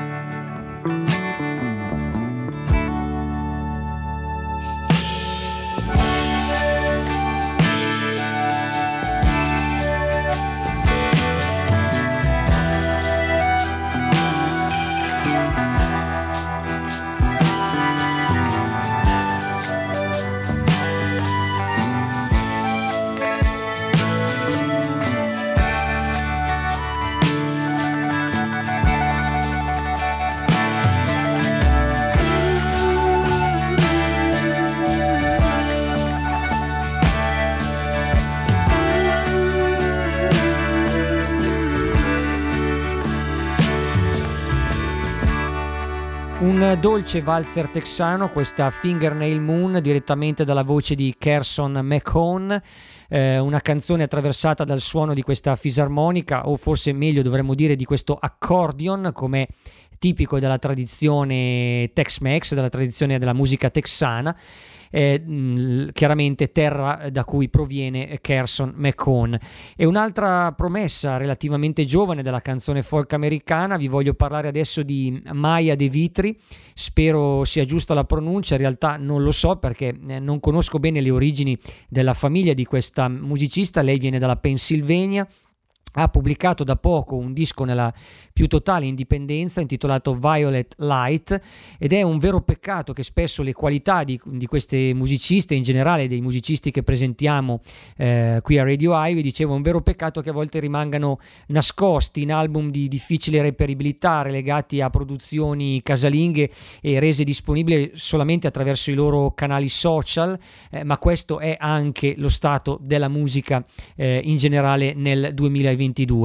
Un dolce valzer texano, questa Fingernail Moon, direttamente dalla voce di Kerson McCone, eh, una canzone attraversata dal suono di questa fisarmonica, o forse meglio dovremmo dire di questo accordion, come tipico della tradizione Tex-Mex, della tradizione della musica texana. Eh, mh, chiaramente terra da cui proviene Kerson McCone. E un'altra promessa relativamente giovane della canzone folk americana, vi voglio parlare adesso di Maya De Vitri. Spero sia giusta la pronuncia, in realtà non lo so perché eh, non conosco bene le origini della famiglia di questa musicista. Lei viene dalla Pennsylvania. Ha pubblicato da poco un disco nella più totale indipendenza intitolato Violet Light, ed è un vero peccato che spesso le qualità di, di queste musiciste, in generale dei musicisti che presentiamo eh, qui a Radio Highway, dicevo, è un vero peccato che a volte rimangano nascosti in album di difficile reperibilità, relegati a produzioni casalinghe e rese disponibili solamente attraverso i loro canali social, eh, ma questo è anche lo stato della musica eh, in generale nel duemilaventidue.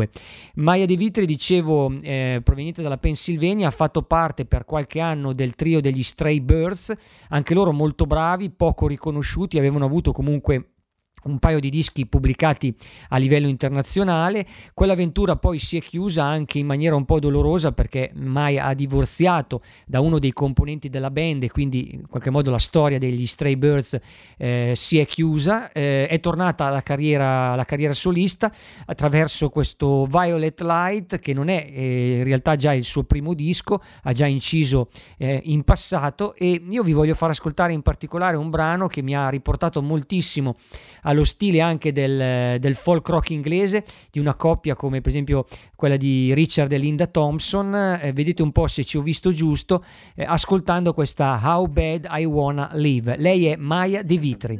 Maya De Vitri, dicevo, eh, proveniente dalla Pennsylvania, ha fatto parte per qualche anno del trio degli Stray Birds, anche loro molto bravi, poco riconosciuti, avevano avuto comunque un paio di dischi pubblicati a livello internazionale. Quell'avventura poi si è chiusa anche in maniera un po' dolorosa, perché Maya ha divorziato da uno dei componenti della band e quindi in qualche modo la storia degli Stray Birds eh, si è chiusa. Eh, è tornata alla carriera, alla carriera solista attraverso questo Violet Light, che non è eh, in realtà già il suo primo disco, ha già inciso eh, in passato, e io vi voglio far ascoltare in particolare un brano che mi ha riportato moltissimo allo stile anche del, del folk rock inglese, di una coppia come per esempio quella di Richard e Linda Thompson. Eh, vedete un po' se ci ho visto giusto eh, ascoltando questa How Bad I Wanna Live. Lei è Maya De Vitri.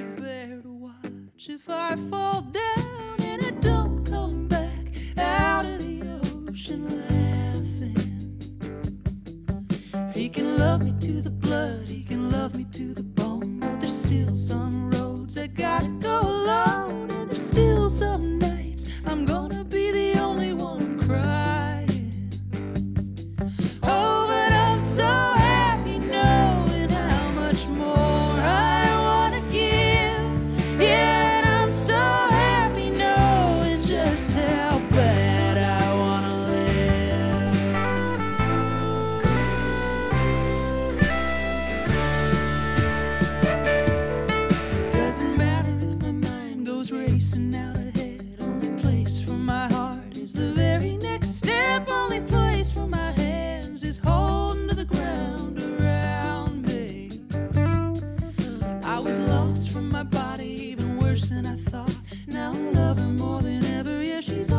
He can love me to the blood, he can love me to the bone, but there's still some roads I gotta go alone, and there's still some nights I'm gonna be the only one crying. just how bad I wanna live. It doesn't matter if my mind goes racing out ahead. Only place for my heart is the very next step. Only place for my hands is holding to the ground around me. I was lost from my body, even worse than I thought. Now I love her more than ever. Yeah, she's all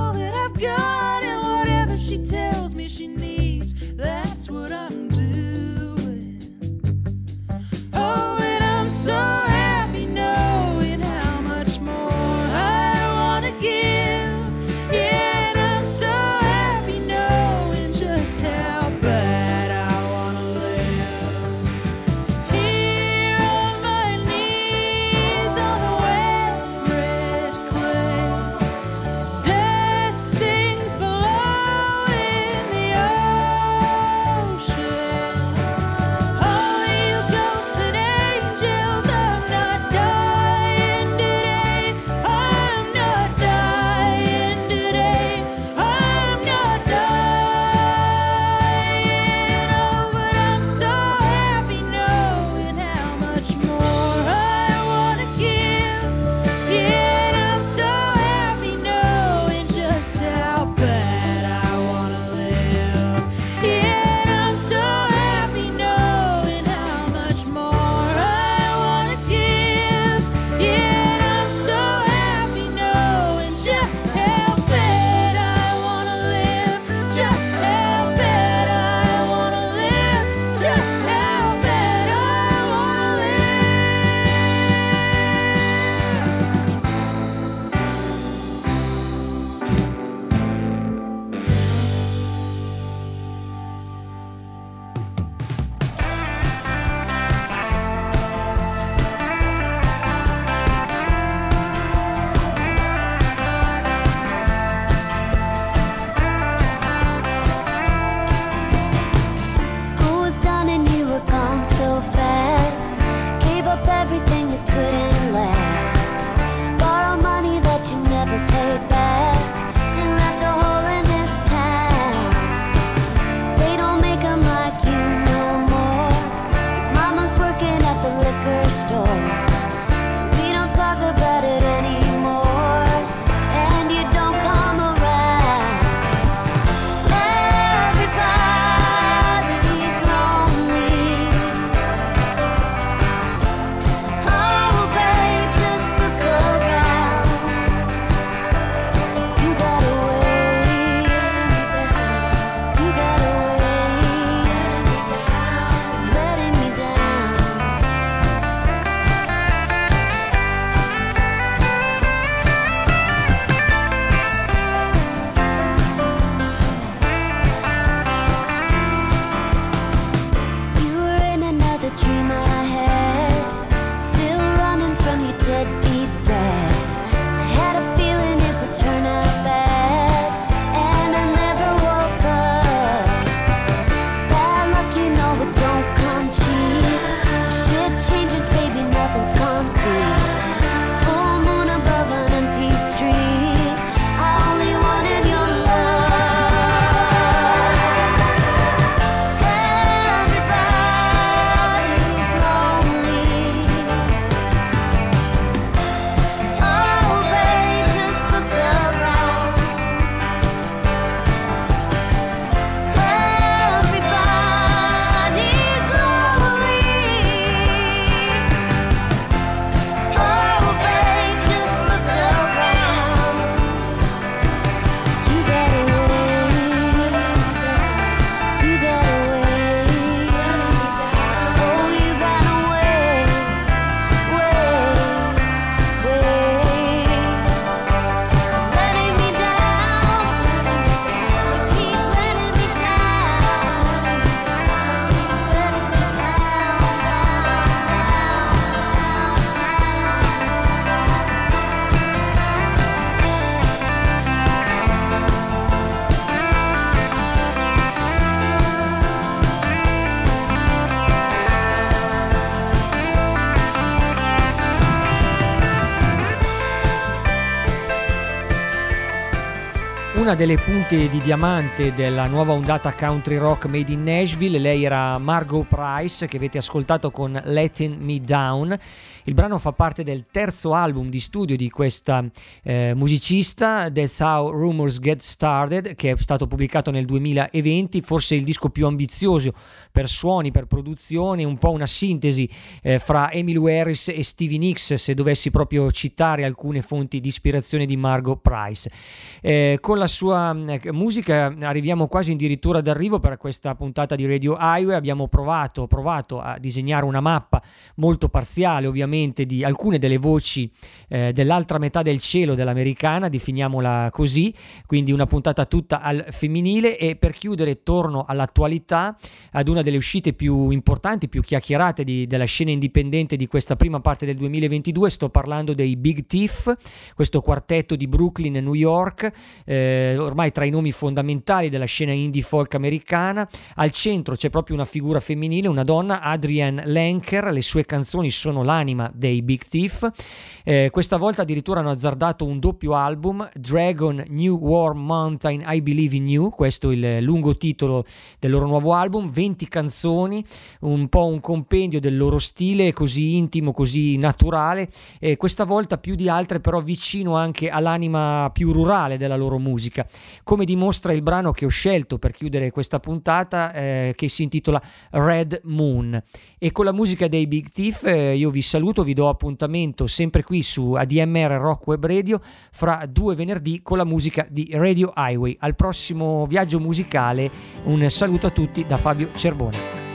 Una delle punte di diamante della nuova ondata country rock made in Nashville, lei era Margo Price, che avete ascoltato con Letting Me Down. Il brano fa parte del terzo album di studio di questa eh, musicista, That's How Rumors Get Started, che è stato pubblicato nel duemilaventi, forse il disco più ambizioso per suoni, per produzione, un po' una sintesi eh, fra Emmylou Harris e Stevie Nicks, se dovessi proprio citare alcune fonti di ispirazione di Margo Price. Eh, con la sua eh, musica arriviamo quasi addirittura d'arrivo per questa puntata di Radio Highway. Abbiamo provato, provato a disegnare una mappa molto parziale, ovviamente, di alcune delle voci eh, dell'altra metà del cielo dell'americana, definiamola così, quindi una puntata tutta al femminile. E per chiudere torno all'attualità, ad una delle uscite più importanti, più chiacchierate di, della scena indipendente di questa prima parte del duemilaventidue. Sto parlando dei Big Thief, questo quartetto di Brooklyn e New York, eh, ormai tra i nomi fondamentali della scena indie folk americana. Al centro c'è proprio una figura femminile, una donna, Adrienne Lenker. Le sue canzoni sono l'anima dei Big Thief. Eh, questa volta addirittura hanno azzardato un doppio album, Dragon New Warm Mountain I Believe in You, questo è il lungo titolo del loro nuovo album, venti canzoni, un po' un compendio del loro stile così intimo, così naturale, e questa volta più di altre però vicino anche all'anima più rurale della loro musica, come dimostra il brano che ho scelto per chiudere questa puntata, eh, che si intitola Red Moon. E con la musica dei Big Thief eh, io vi saluto, vi do appuntamento sempre qui su A D M R Rock Web Radio fra due venerdì con la musica di Radio Highway. Al prossimo viaggio musicale, un saluto a tutti da Fabio Cerbone.